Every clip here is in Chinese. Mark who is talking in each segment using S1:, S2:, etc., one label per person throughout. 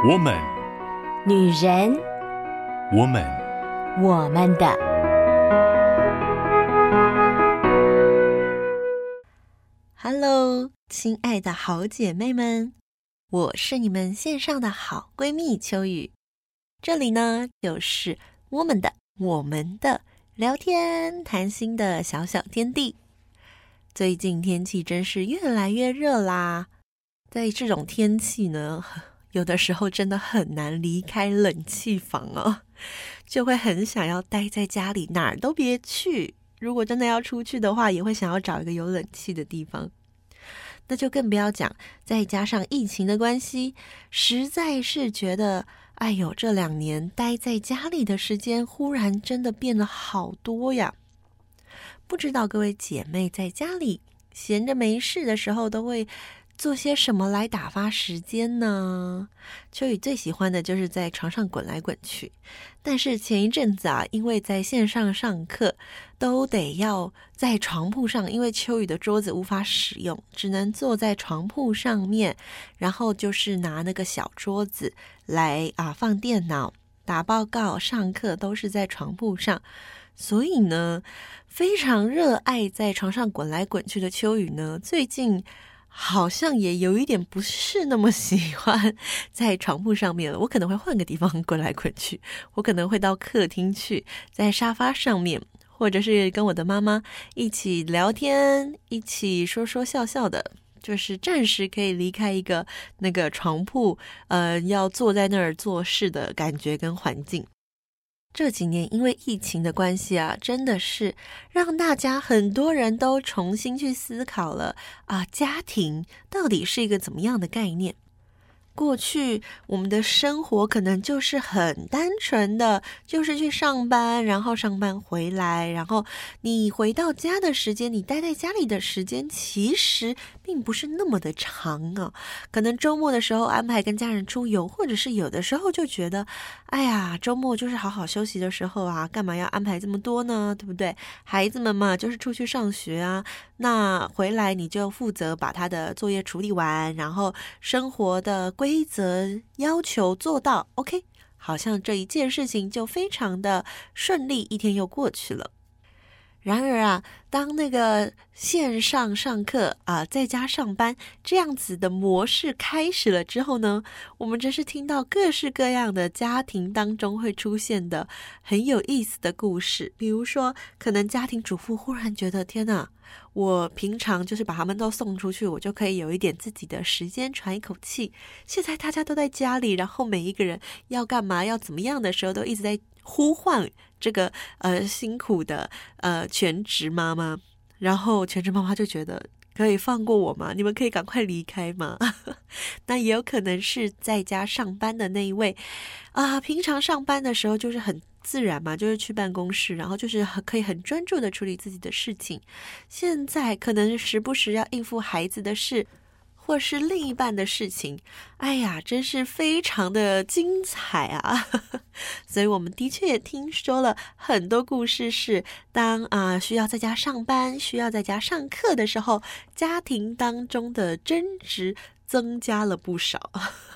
S1: 我们，
S2: 女人，
S1: 我们，
S2: 我们的。Hello， 亲爱的好姐妹们，我是你们线上的好闺蜜秋雨。这里呢，就是我们的、我们的聊天谈心的小小天地。最近天气真是越来越热啦，在这种天气呢，有的时候真的很难离开冷气房哦，就会很想要待在家里，哪儿都别去。如果真的要出去的话，也会想要找一个有冷气的地方。那就更不要讲，再加上疫情的关系，实在是觉得，哎呦，这2年待在家里的时间，忽然真的变了好多呀。不知道各位姐妹在家里闲着没事的时候都会做些什么来打发时间呢？秋雨最喜欢的就是在床上滚来滚去，但是前一阵子啊，因为在线上上课都得要在床铺上，因为秋雨的桌子无法使用，只能坐在床铺上面，然后就是拿那个小桌子来放电脑、打报告、上课都是在床铺上。所以呢，非常热爱在床上滚来滚去的秋雨呢，最近好像也有一点不是那么喜欢在床铺上面了。我可能会换个地方滚来滚去，我可能会到客厅去，在沙发上面，或者是跟我的妈妈一起聊天，一起说说笑笑的，就是暂时可以离开一个那个床铺，要坐在那儿做事的感觉跟环境。这几年因为疫情的关系啊，真的是让大家很多人都重新去思考了家庭到底是一个怎么样的概念。过去我们的生活可能就是很单纯的，就是去上班，然后上班回来，然后你回到家的时间，你待在家里的时间其实并不是那么的长啊。可能周末的时候安排跟家人出游，或者是有的时候就觉得，哎呀，周末就是好好休息的时候啊，干嘛要安排这么多呢？对不对？孩子们嘛，就是出去上学啊，那回来你就负责把他的作业处理完，然后生活的规则要求做到 OK， 好像这一件事情就非常的顺利，一天又过去了。然而啊，当那个线上上课在家上班这样子的模式开始了之后呢，我们真是听到各式各样的家庭当中会出现的很有意思的故事。比如说，可能家庭主妇忽然觉得，天哪，我平常就是把他们都送出去，我就可以有一点自己的时间喘一口气。现在大家都在家里，然后每一个人要干嘛要怎么样的时候，都一直在呼唤这个辛苦的全职妈妈。然后全职妈妈就觉得，可以放过我吗？你们可以赶快离开吗？那也有可能是在家上班的那一位平常上班的时候就是很自然嘛，就是去办公室，然后就是可以很专注的处理自己的事情。现在可能时不时要应付孩子的事，或是另一半的事情，哎呀，真是非常的精彩啊！所以我们的确也听说了很多故事，是当需要在家上班、需要在家上课的时候，家庭当中的争执增加了不少。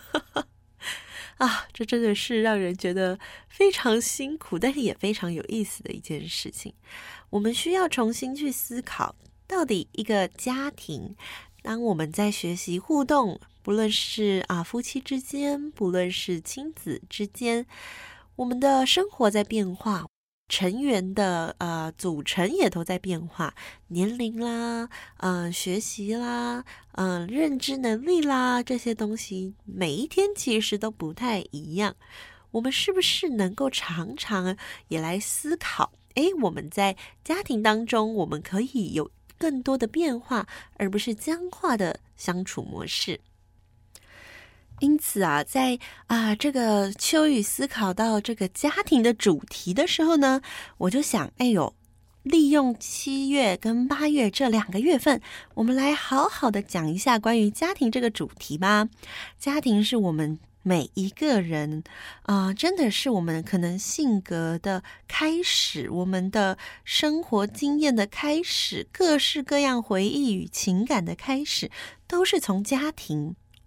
S2: 这真的是让人觉得非常辛苦，但是也非常有意思的一件事情。我们需要重新去思考，到底一个家庭，当我们在学习互动，不论是夫妻之间，不论是亲子之间，我们的生活在变化，成员的组成也都在变化，年龄啦，学习啦，认知能力啦，这些东西每一天其实都不太一样。我们是不是能够常常也来思考，我们在家庭当中，我们可以有更多的变化，而不是僵化的相处模式。因此在这个秋雨思考到这个家庭的主题的时候呢，我就想，利用7月跟8月这2个月份，我们来好好的讲一下关于家庭这个主题吧。家庭是我们每一个人真的是我们可能性格的开始，我们的生活经验的开始，各式各样回忆与情感的开始，都是从家庭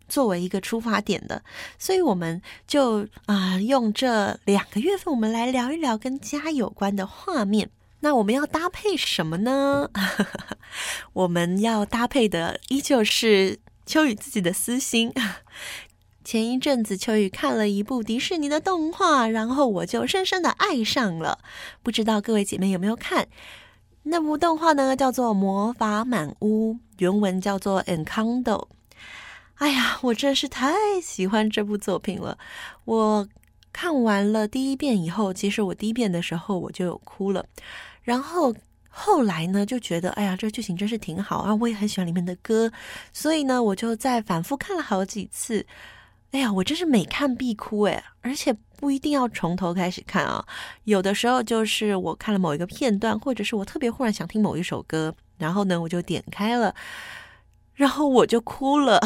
S2: 作为一个出发点的，所以我们就用这2个月份，我们来聊一聊跟家有关的画面。那我们要搭配什么呢？我们要搭配的依旧是秋雨自己的私心。前一阵子秋雨看了一部迪士尼的动画，然后我就深深的爱上了。不知道各位姐妹有没有看？那部动画呢叫做《魔法满屋》，原文叫做 Encanto。 哎呀，我真是太喜欢这部作品了。我看完了第一遍以后，其实我第一遍的时候我就有哭了，然后后来呢就觉得哎呀，这剧情真是挺好啊，我也很喜欢里面的歌，所以呢我就再反复看了好几次。哎呀，我真是每看必哭哎！而且不一定要从头开始看啊，有的时候就是我看了某一个片段，或者是我特别忽然想听某一首歌，然后呢我就点开了，然后我就哭了。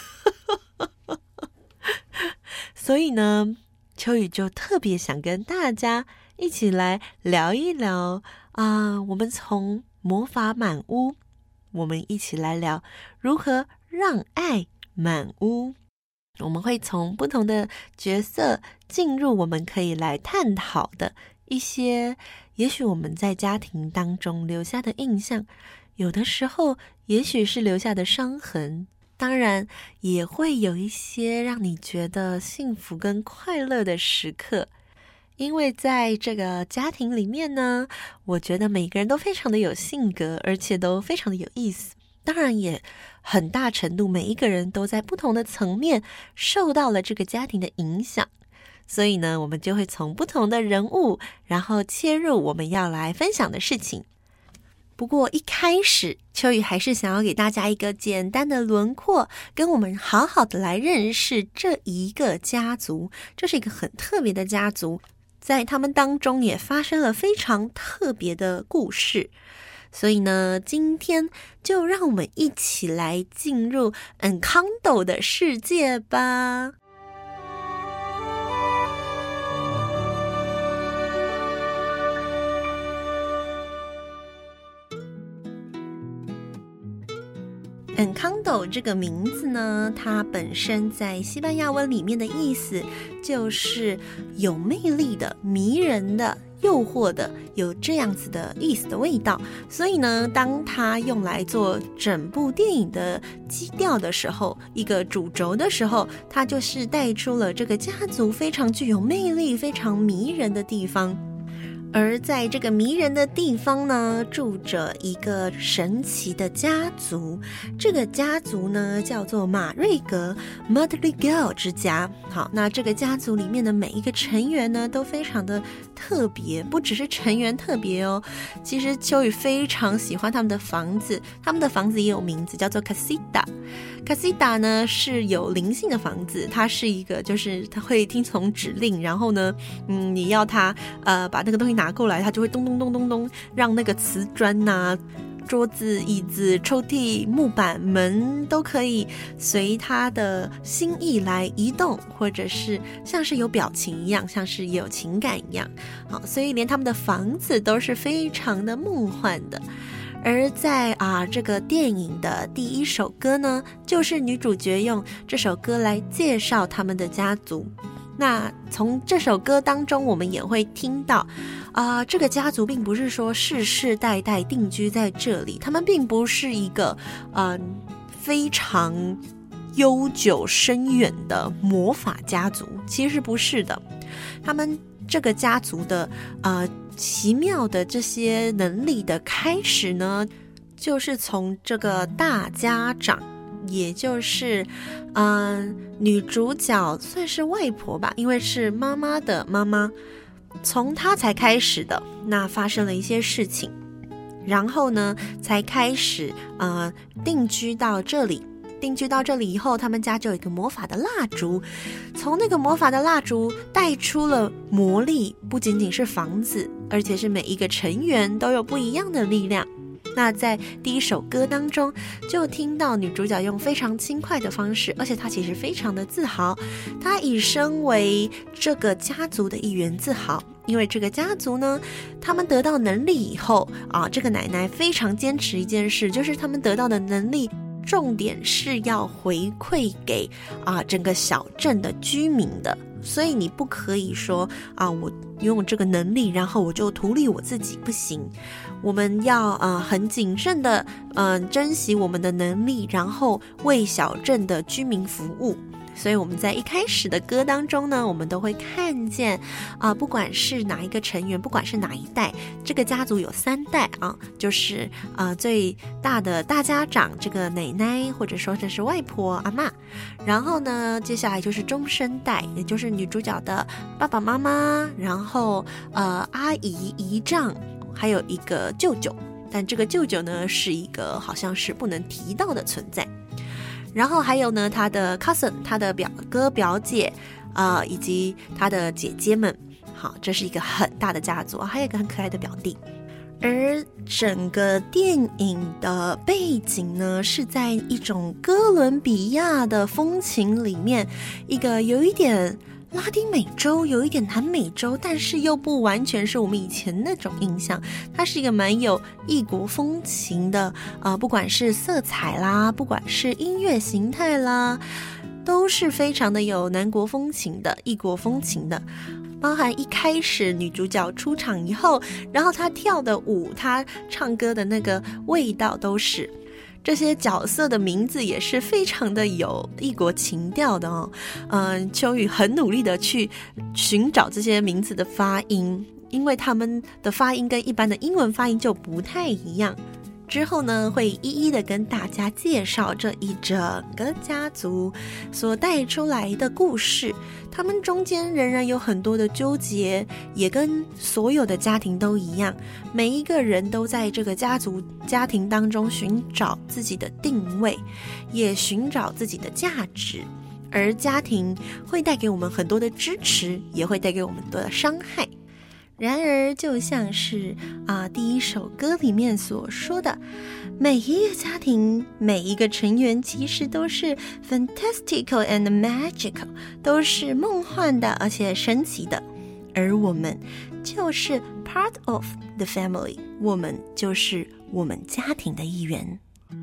S2: 所以呢，秋雨就特别想跟大家一起来聊一聊我们从魔法满屋，我们一起来聊如何让爱满屋。我们会从不同的角色进入我们可以来探讨的一些也许我们在家庭当中留下的印象，有的时候也许是留下的伤痕，当然也会有一些让你觉得幸福跟快乐的时刻。因为在这个家庭里面呢，我觉得每个人都非常的有性格，而且都非常的有意思，当然也很大程度每一个人都在不同的层面受到了这个家庭的影响，所以呢我们就会从不同的人物然后切入我们要来分享的事情。不过一开始秋雨还是想要给大家一个简单的轮廓，跟我们好好的来认识这一个家族。这是一个很特别的家族，在他们当中也发生了非常特别的故事。所以呢，今天就让我们一起来进入 Encanto 的世界吧。Encanto 这个名字呢，它本身在西班牙文里面的意思就是有魅力的、迷人的、诱惑的，有这样子的意思的味道。所以呢，当它用来做整部电影的基调的时候，一个主轴的时候，它就是带出了这个家族非常具有魅力、非常迷人的地方。而在这个迷人的地方呢，住着一个神奇的家族。这个家族呢叫做马瑞格 Madrigal 之家。好，那这个家族里面的每一个成员呢都非常的特别，不只是成员特别哦，其实秋雨非常喜欢他们的房子，他们的房子也有名字，叫做 Casita。Casita 呢是有灵性的房子，它是一个就是它会听从指令，然后呢你要它把那个东西拿过来，它就会咚咚咚咚咚，让那个瓷砖桌子、椅子、抽屉、木板、门都可以随它的心意来移动，或者是像是有表情一样，像是有情感一样。好，所以连他们的房子都是非常的梦幻的。而在这个电影的第一首歌呢，就是女主角用这首歌来介绍他们的家族。那从这首歌当中我们也会听到这个家族并不是说世世代代定居在这里，他们并不是一个非常悠久深远的魔法家族，其实不是的。他们这个家族的奇妙的这些能力的开始呢，就是从这个大家长，也就是女主角算是外婆吧，因为是妈妈的妈妈，从她才开始的。那发生了一些事情，然后呢才开始定居到这里。定居到这里以后，他们家就有一个魔法的蜡烛，从那个魔法的蜡烛带出了魔力，不仅仅是房子，而且是每一个成员都有不一样的力量。那在第一首歌当中就听到女主角用非常轻快的方式，而且她其实非常的自豪，她以身为这个家族的一员自豪。因为这个家族呢，他们得到能力以后这个奶奶非常坚持一件事，就是他们得到的能力重点是要回馈给整个小镇的居民的，所以你不可以说我拥有这个能力，然后我就图利我自己，不行。我们要很谨慎的珍惜我们的能力，然后为小镇的居民服务。所以我们在一开始的歌当中呢，我们都会看见不管是哪一个成员，不管是哪一代，这个家族有3代就是最大的大家长这个奶奶，或者说这是外婆阿嬷，然后呢接下来就是中生代，也就是女主角的爸爸妈妈，然后阿姨姨丈，还有一个舅舅，但这个舅舅呢是一个好像是不能提到的存在。然后还有呢，他的 cousin， 他的表哥表姐以及他的姐姐们。好，这是一个很大的家族，还有一个很可爱的表弟。而整个电影的背景呢，是在一种哥伦比亚的风情里面，一个有一点拉丁美洲，有一点南美洲，但是又不完全是我们以前那种印象。它是一个蛮有异国风情的不管是色彩啦，不管是音乐形态啦，都是非常的有南国风情的，异国风情的。包含一开始女主角出场以后，然后她跳的舞，她唱歌的那个味道，都是这些角色的名字也是非常的有异国情调的秋雨很努力的去寻找这些名字的发音，因为他们的发音跟一般的英文发音就不太一样。之后呢，会一一的跟大家介绍这一整个家族所带出来的故事，他们中间仍然有很多的纠结，也跟所有的家庭都一样，每一个人都在这个家庭当中寻找自己的定位，也寻找自己的价值。而家庭会带给我们很多的支持，也会带给我们很多的伤害。然而就像是第一首歌里面所说的，每一个家庭，每一个成员其实都是 fantastical and magical， 都是梦幻的而且神奇的，而我们就是 part of the family， 我们就是我们家庭的一员。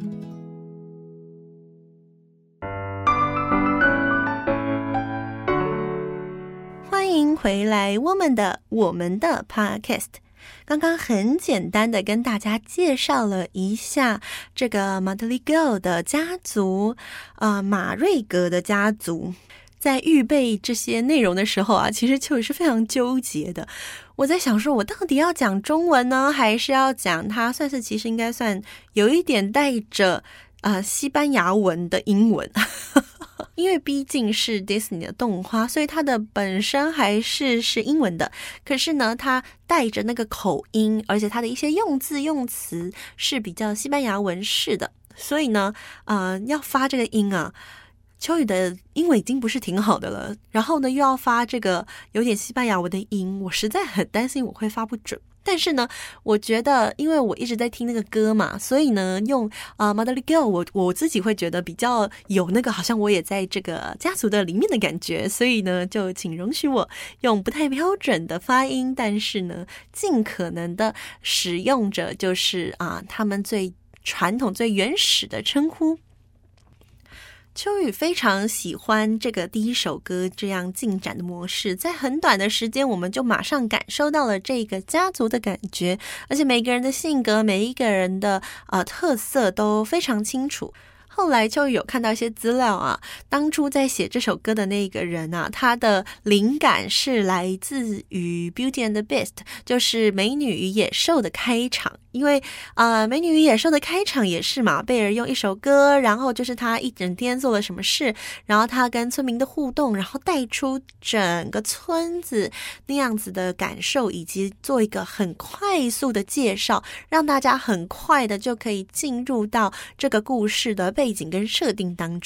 S2: 欢迎回来我们的 Podcast。 刚刚很简单的跟大家介绍了一下这个 Madrigal 的家族马瑞格的家族。在预备这些内容的时候其实秋雨是非常纠结的。我在想说，我到底要讲中文呢，还是要讲它其实应该算有一点带着西班牙文的英文因为毕竟是 Disney 的动画，所以它的本身还是英文的，可是呢它带着那个口音，而且它的一些用字用词是比较西班牙文式的，所以呢要发这个音秋雨的英文已经不是挺好的了，然后呢又要发这个有点西班牙文的音，我实在很担心我会发不准。但是呢我觉得因为我一直在听那个歌嘛，所以呢用Madrigal 我自己会觉得比较有那个好像我也在这个家族的里面的感觉，所以呢就请容许我用不太标准的发音，但是呢尽可能的使用着就是他们最传统最原始的称呼。秋雨非常喜欢这个第一首歌这样进展的模式，在很短的时间我们就马上感受到了这个家族的感觉，而且每个人的性格，每一个人的特色都非常清楚。后来秋雨有看到一些资料当初在写这首歌的那个人他的灵感是来自于 Beauty and the Beast， 就是美女与野兽的开场。因为美女与野兽的开场也是嘛，贝尔用一首歌，然后就是他一整天做了什么事，然后他跟村民的互动，然后带出整个村子那样子的感受，以及做一个很快速的介绍，让大家很快的就可以进入到这个故事的背景跟设定当中。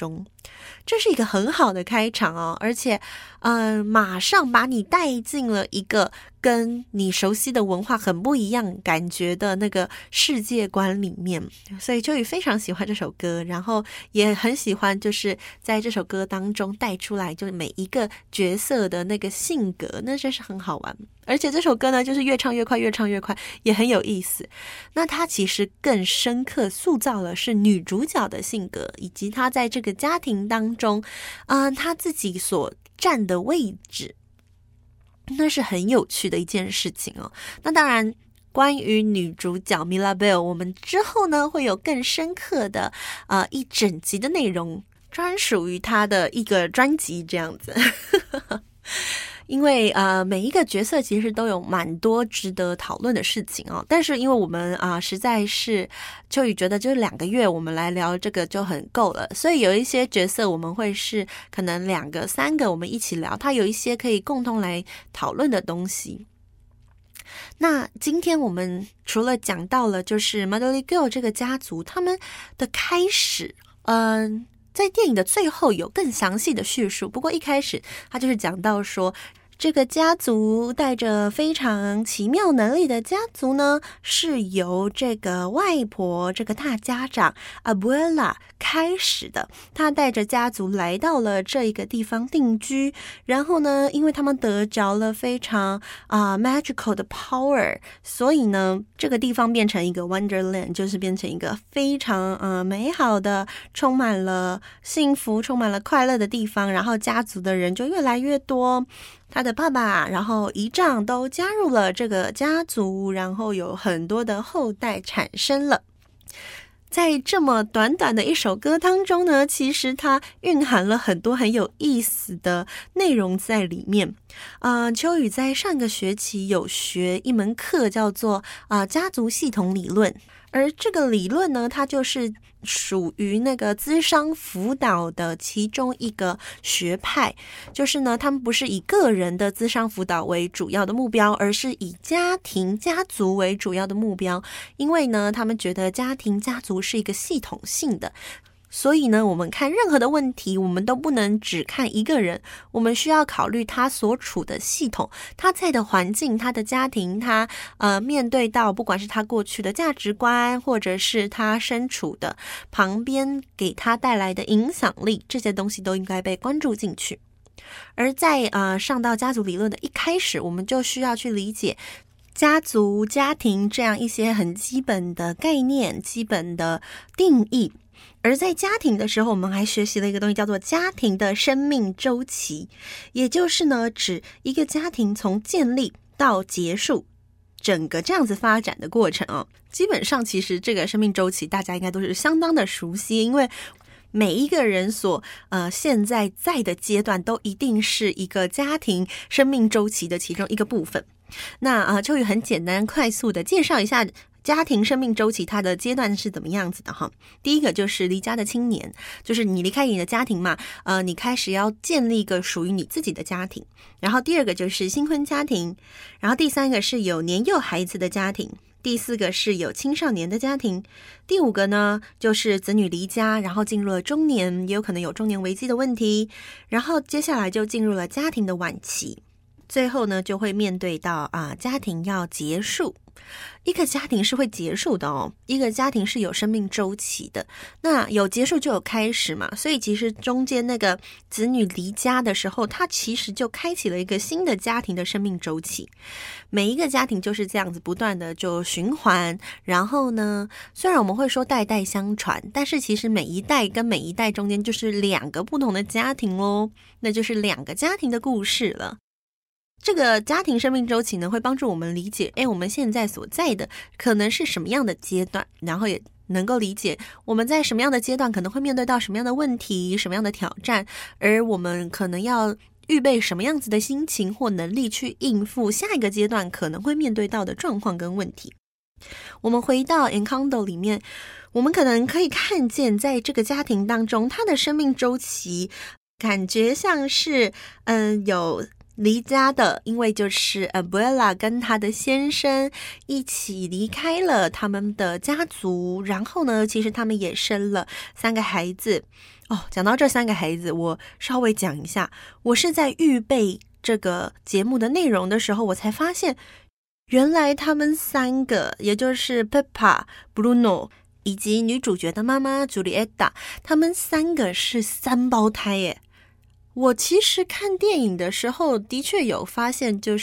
S2: 这是一个很好的开场哦，而且马上把你带进了一个跟你熟悉的文化很不一样感觉的那个世界观里面，所以秋雨非常喜欢这首歌，然后也很喜欢就是在这首歌当中带出来就是每一个角色的那个性格，那真是很好玩。而且这首歌呢就是越唱越快，越唱越快，也很有意思。那它其实更深刻塑造了是女主角的性格，以及她在这个家庭当中她自己所站的位置，那是很有趣的一件事情哦。那当然关于女主角 Mirabel 我们之后呢会有更深刻的一整集的内容，专属于她的一个专辑这样子因为每一个角色其实都有蛮多值得讨论的事情哦，但是因为我们实在是秋雨觉得就是2个月我们来聊这个就很够了，所以有一些角色我们会是可能2个3个我们一起聊，它有一些可以共同来讨论的东西。那今天我们除了讲到了就是 Madrigal 这个家族他们的开始，在电影的最后有更详细的叙述，不过一开始他就是讲到说这个家族带着非常奇妙能力的家族呢，是由这个外婆这个大家长 Abuela 开始的。他带着家族来到了这一个地方定居，然后呢因为他们得着了非常magical 的 power， 所以呢这个地方变成一个 Wonderland， 就是变成一个非常美好的充满了幸福充满了快乐的地方，然后家族的人就越来越多，他的爸爸然后姨丈都加入了这个家族，然后有很多的后代产生了。在这么短短的一首歌当中呢，其实它蕴含了很多很有意思的内容在里面。秋雨在上个学期有学一门课叫做家族系统理论，而这个理论呢它就是属于那个咨商辅导的其中一个学派，就是呢他们不是以个人的咨商辅导为主要的目标，而是以家庭家族为主要的目标，因为呢他们觉得家庭家族是一个系统性的，所以呢我们看任何的问题我们都不能只看一个人，我们需要考虑他所处的系统，他在的环境，他的家庭，他面对到不管是他过去的价值观，或者是他身处的旁边给他带来的影响力，这些东西都应该被关注进去。而在上到家族理论的一开始，我们就需要去理解家族家庭这样一些很基本的概念，基本的定义。而在家庭的时候，我们还学习了一个东西叫做家庭的生命周期，也就是呢指一个家庭从建立到结束整个这样子发展的过程哦。基本上其实这个生命周期大家应该都是相当的熟悉，因为每一个人所现在的阶段都一定是一个家庭生命周期的其中一个部分。那秋雨很简单快速的介绍一下家庭生命周期它的阶段是怎么样子的哈。第一个就是离家的青年，就是你离开你的家庭嘛，你开始要建立一个属于你自己的家庭。然后第二个就是新婚家庭，然后第三个是有年幼孩子的家庭，第四个是有青少年的家庭，第五个呢就是子女离家，然后进入了中年，也有可能有中年危机的问题，然后接下来就进入了家庭的晚期，最后呢就会面对到家庭要结束。一个家庭是会结束的哦，一个家庭是有生命周期的，那有结束就有开始嘛，所以其实中间那个子女离家的时候，它其实就开启了一个新的家庭的生命周期。每一个家庭就是这样子不断的就循环，然后呢虽然我们会说代代相传，但是其实每一代跟每一代中间就是2个不同的家庭咯，那就是2个家庭的故事了。这个家庭生命周期呢，会帮助我们理解我们现在所在的可能是什么样的阶段，然后也能够理解我们在什么样的阶段可能会面对到什么样的问题，什么样的挑战，而我们可能要预备什么样子的心情或能力去应付下一个阶段可能会面对到的状况跟问题。我们回到 Encanto 里面，我们可能可以看见在这个家庭当中，他的生命周期感觉像是有离家的，因为就是 Abuela 跟她的先生一起离开了他们的家族，然后呢，其实他们也生了3个孩子。讲到这3个孩子，我稍微讲一下，我是在预备这个节目的内容的时候，我才发现，原来他们3个，也就是 Peppa、Bruno 以及女主角的妈妈 Julieta， 他们3个是3胞胎耶。我其实看电影的时候的确有发现，就是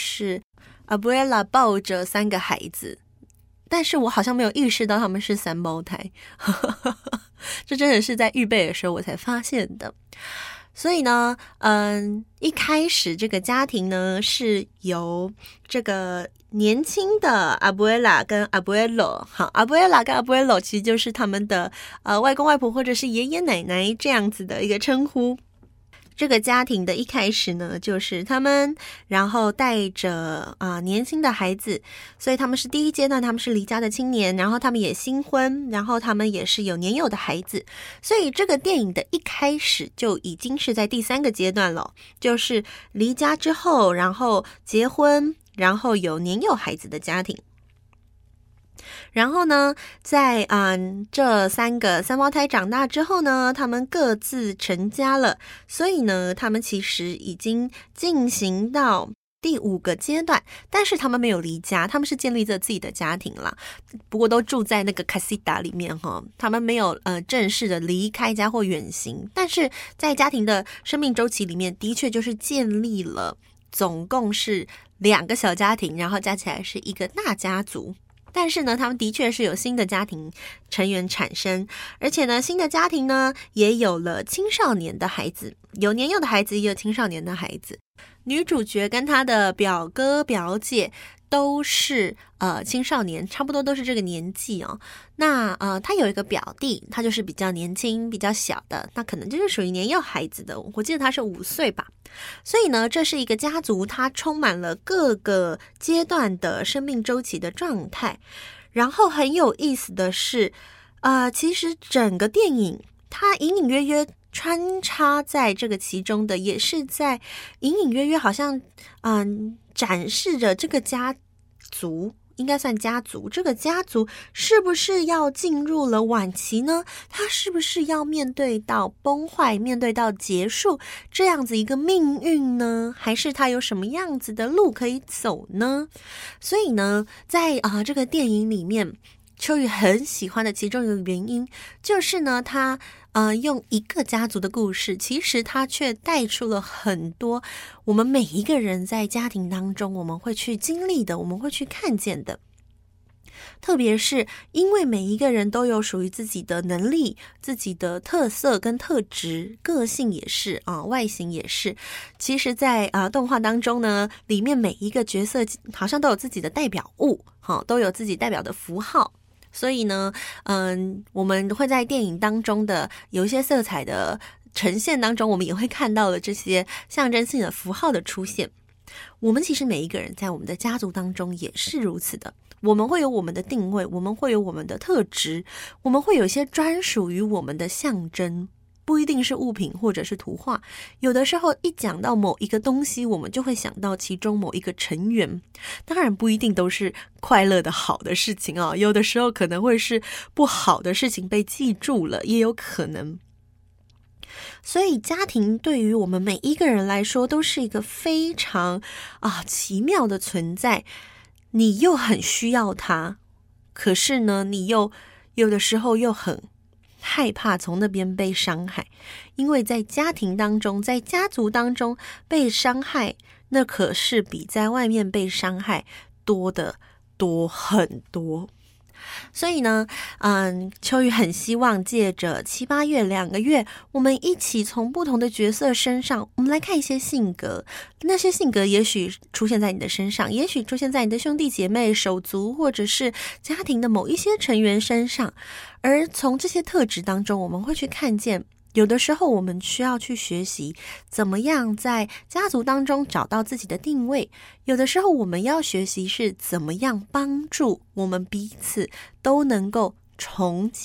S2: Abuela 抱着3个孩子，但是我好像没有意识到他们是3胞胎这真的是在预备的时候我才发现的。所以呢一开始这个家庭呢是由这个年轻的 Abuela 跟 Abuelo， 好 Abuela 跟 Abuelo 其实就是他们的外公外婆或者是爷爷奶奶这样子的一个称呼。这个家庭的一开始呢，就是他们然后带着年轻的孩子，所以他们是第一阶段，他们是离家的青年，然后他们也新婚，然后他们也是有年幼的孩子，所以这个电影的一开始就已经是在第3个阶段了，就是离家之后，然后结婚，然后有年幼孩子的家庭。然后呢，在这3个3胞胎长大之后呢，他们各自成家了，所以呢，他们其实已经进行到第5个阶段，但是他们没有离家，他们是建立着自己的家庭啦，不过都住在那个 casita 里面哈，他们没有正式的离开家或远行，但是在家庭的生命周期里面，的确就是建立了总共是2个小家庭，然后加起来是一个大家族。但是呢，他们的确是有新的家庭成员产生，而且呢，新的家庭呢也有了青少年的孩子，有年幼的孩子，也有青少年的孩子。女主角跟她的表哥表姐都是青少年，差不多都是这个年纪哦。那她有一个表弟，他就是比较年轻比较小的，那可能就是属于年幼孩子的，我记得他是5岁吧。所以呢，这是一个家族，它充满了各个阶段的生命周期的状态。然后很有意思的是其实整个电影它隐隐约约穿插在这个其中的，也是在隐隐约约好像展示着这个家族，应该算家族，这个家族是不是要进入了晚期呢？他是不是要面对到崩坏，面对到结束这样子一个命运呢？还是他有什么样子的路可以走呢？所以呢，在这个电影里面，秋雨很喜欢的其中一个原因就是呢，他用一个家族的故事，其实他却带出了很多我们每一个人在家庭当中我们会去经历的，我们会去看见的。特别是因为每一个人都有属于自己的能力，自己的特色跟特质，个性也是外形也是。其实在动画当中呢，里面每一个角色好像都有自己的代表物，都有自己代表的符号。所以呢我们会在电影当中的有一些色彩的呈现当中，我们也会看到了这些象征性的符号的出现。我们其实每一个人在我们的家族当中也是如此的，我们会有我们的定位，我们会有我们的特质，我们会有一些专属于我们的象征，不一定是物品或者是图画，有的时候一讲到某一个东西，我们就会想到其中某一个成员，当然不一定都是快乐的好的事情有的时候可能会是不好的事情被记住了，也有可能。所以家庭对于我们每一个人来说都是一个非常奇妙的存在，你又很需要它，可是呢你又有的时候又很害怕从那边被伤害，因为在家庭当中，在家族当中被伤害，那可是比在外面被伤害多得多很多。所以呢秋雨很希望借着7、8月2个月，我们一起从不同的角色身上，我们来看一些性格，那些性格也许出现在你的身上，也许出现在你的兄弟姐妹、手足，或者是家庭的某一些成员身上。而从这些特质当中，我们会去看见，有的时候我们需要去学习怎么样在家族当中找到自己的定位，有的时候我们要学习是怎么样帮助我们彼此都能够重建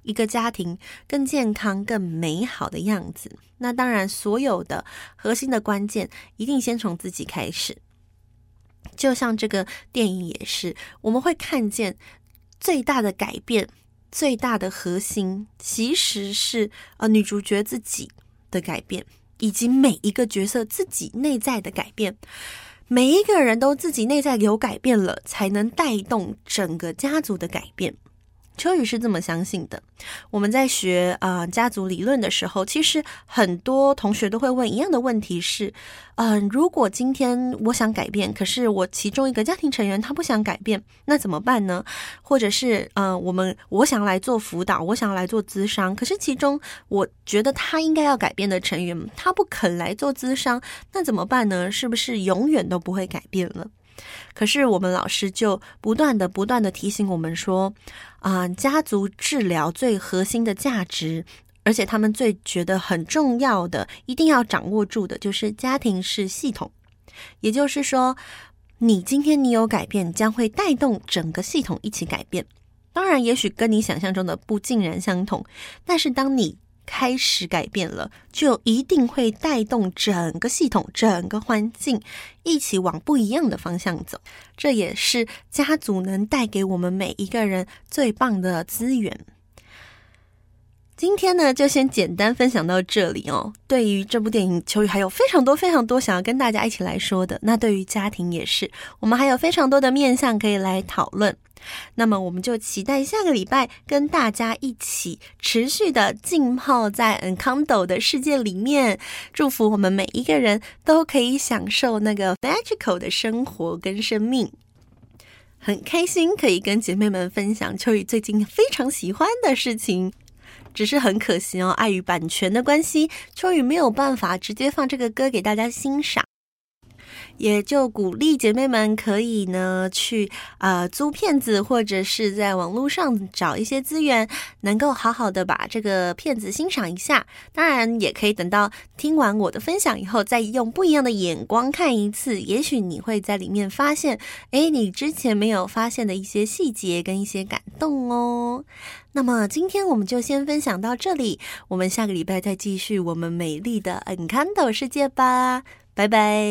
S2: 一个家庭更健康、更美好的样子。那当然，所有的核心的关键一定先从自己开始。就像这个电影也是，我们会看见最大的改变、最大的核心，其实是女主角自己的改变，以及每一个角色自己内在的改变。每一个人都自己内在有改变了，才能带动整个家族的改变。秋雨是这么相信的。我们在学家族理论的时候，其实很多同学都会问一样的问题是，如果今天我想改变，可是我其中一个家庭成员他不想改变，那怎么办呢？或者是我想来做辅导，我想来做咨商，可是其中我觉得他应该要改变的成员，他不肯来做咨商，那怎么办呢？是不是永远都不会改变了？可是我们老师就不断的提醒我们说，家族治疗最核心的价值，而且他们最觉得很重要的，一定要掌握住的，就是家庭是系统。也就是说，今天你有改变，将会带动整个系统一起改变。当然，也许跟你想象中的不尽然相同，但是当你开始改变了，就一定会带动整个系统、整个环境一起往不一样的方向走。这也是家族能带给我们每一个人最棒的资源。今天呢，就先简单分享到这里哦。对于这部电影，秋雨还有非常多想要跟大家一起来说的。那对于家庭也是，我们还有非常多的面向可以来讨论。那么我们就期待下个礼拜跟大家一起持续的浸泡在 Encanto 的世界里面，祝福我们每一个人都可以享受那个 magical 的生活跟生命。很开心可以跟姐妹们分享秋雨最近非常喜欢的事情，只是很可惜哦，碍于版权的关系，秋雨没有办法直接放这个歌给大家欣赏。也就鼓励姐妹们可以呢去租片子，或者是在网络上找一些资源，能够好好的把这个片子欣赏一下。当然也可以等到听完我的分享以后，再用不一样的眼光看一次，也许你会在里面发现你之前没有发现的一些细节跟一些感动哦。那么今天我们就先分享到这里，我们下个礼拜再继续我们美丽的 Encanto 世界吧，拜拜。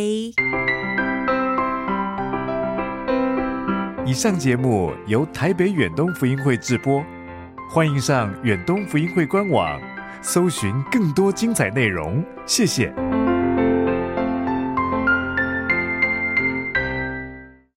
S1: 以上节目由台北远东福音会制播，欢迎上远东福音会官网搜寻更多精彩内容，谢谢。